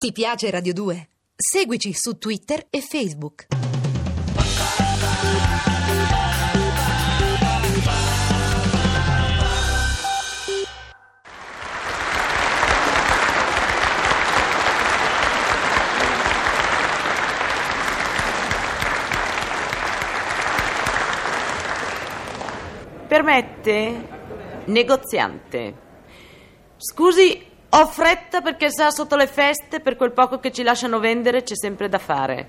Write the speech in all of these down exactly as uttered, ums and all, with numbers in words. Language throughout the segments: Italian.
Ti piace Radio due? Seguici su Twitter e Facebook. Permette? Negoziante. Scusi, ho fretta perché sa sotto le feste, per quel poco che ci lasciano vendere c'è sempre da fare.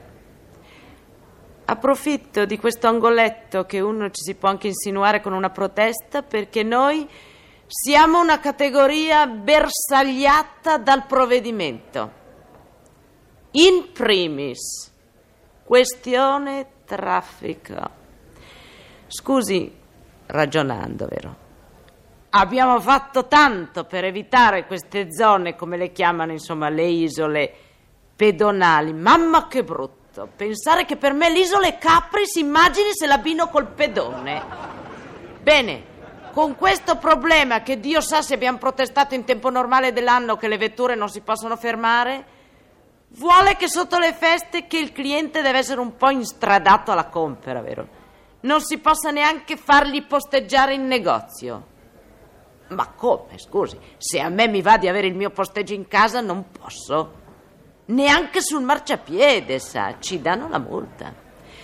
Approfitto di questo angoletto che uno ci si può anche insinuare con una protesta, perché noi siamo una categoria bersagliata dal provvedimento. In primis, questione traffico. Scusi, ragionando, vero? Abbiamo fatto tanto per evitare queste zone, come le chiamano, insomma, le isole pedonali. Mamma che brutto, pensare che per me l'isola è Capri, si immagini se l'abbino col pedone. Bene, con questo problema, che Dio sa se abbiamo protestato in tempo normale dell'anno che le vetture non si possono fermare, vuole che sotto le feste che il cliente deve essere un po' instradato alla compera, vero? Non si possa neanche fargli posteggiare in negozio. Ma come, scusi? Se a me mi va di avere il mio posteggio in casa, non posso. Neanche sul marciapiede, sa, ci danno la multa.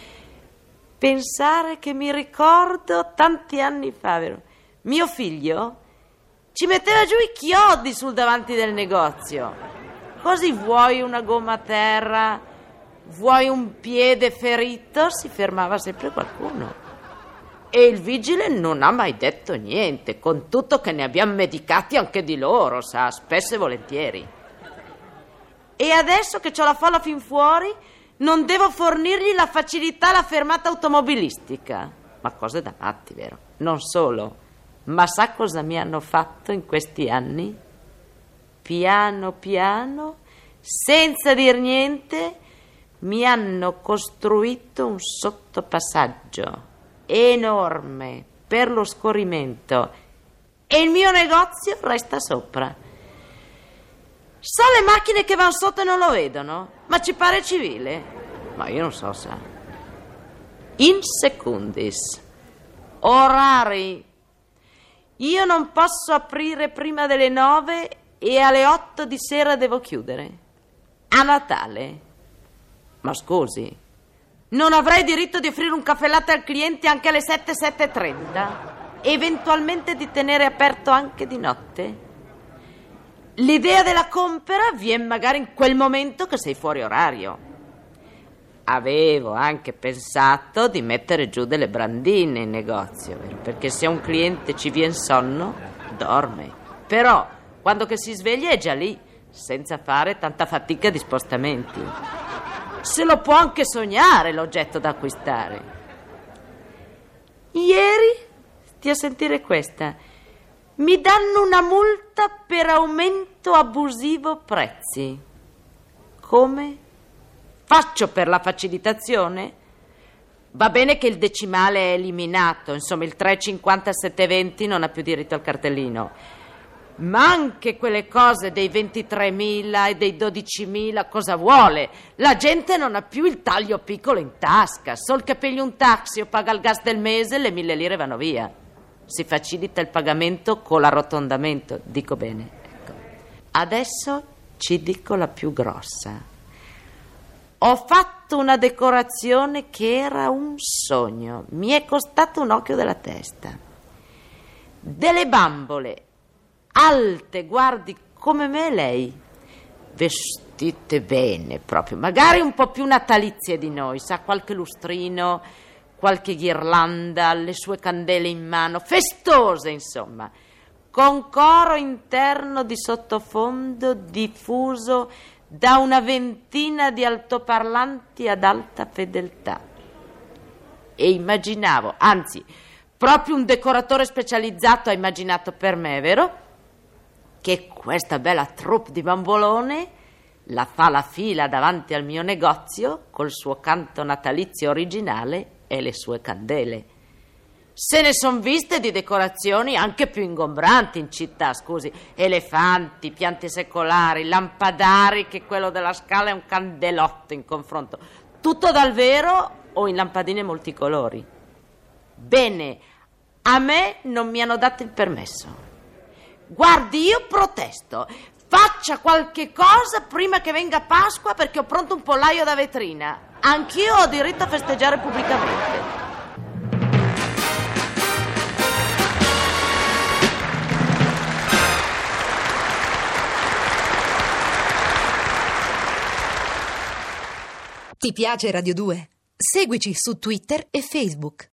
Pensare che mi ricordo tanti anni fa, vero? Mio figlio ci metteva giù i chiodi sul davanti del negozio. Così vuoi una gomma a terra, vuoi un piede ferito, si fermava sempre qualcuno. E il vigile non ha mai detto niente, con tutto che ne abbiamo medicati anche di loro, sa, spesso e volentieri. E adesso che c'ho la folla fin fuori, non devo fornirgli la facilità alla fermata automobilistica. Ma cose da matti, vero? Non solo, ma sa cosa mi hanno fatto in questi anni? Piano piano, senza dir niente, mi hanno costruito un sottopassaggio enorme per lo scorrimento e il mio negozio resta sopra. So le macchine che vanno sotto e non lo vedono, ma ci pare civile. Ma io non so, sa. In secundis, orari. Io non posso aprire prima delle nove e alle otto di sera devo chiudere. A Natale. Ma scusi, non avrei diritto di offrire un caffè latte al cliente anche alle sette, sette e trenta? Eventualmente di tenere aperto anche di notte? L'idea della compera viene magari in quel momento che sei fuori orario. Avevo anche pensato di mettere giù delle brandine in negozio, vero? Perché se un cliente ci viene sonno, dorme. Però, quando che si sveglia è già lì, senza fare tanta fatica di spostamenti. Se lo può anche sognare l'oggetto da acquistare. Ieri, stia a sentire questa, mi danno una multa per aumento abusivo prezzi. Come? Faccio per la facilitazione? Va bene che il decimale è eliminato, insomma il tre cinquanta sette venti non ha più diritto al cartellino. Ma anche quelle cose dei ventitremila e dei dodicimila, cosa vuole? La gente non ha più il taglio piccolo in tasca. Sol che pigli un taxi o paga il gas del mese, le mille lire vanno via. Si facilita il pagamento con l'arrotondamento, dico bene. Ecco. Adesso ci dico la più grossa. Ho fatto una decorazione che era un sogno. Mi è costato un occhio della testa. Delle bambole alte, guardi, come me e lei, vestite bene proprio, magari un po' più natalizie di noi, sa, qualche lustrino, qualche ghirlanda, le sue candele in mano, festose insomma, con coro interno di sottofondo diffuso da una ventina di altoparlanti ad alta fedeltà. E immaginavo, anzi, proprio un decoratore specializzato ha immaginato per me, vero? Che questa bella troupe di bambolone la fa la fila davanti al mio negozio col suo canto natalizio originale e le sue candele. Se ne son viste di decorazioni anche più ingombranti in città, scusi. Elefanti, piante secolari, lampadari, che quello della Scala è un candelotto in confronto. Tutto dal vero o in lampadine multicolori? Bene, a me non mi hanno dato il permesso. Guardi, io protesto. Faccia qualche cosa prima che venga Pasqua, perché ho pronto un pollaio da vetrina. Anch'io ho diritto a festeggiare pubblicamente. Ti piace Radio due? Seguici su Twitter e Facebook.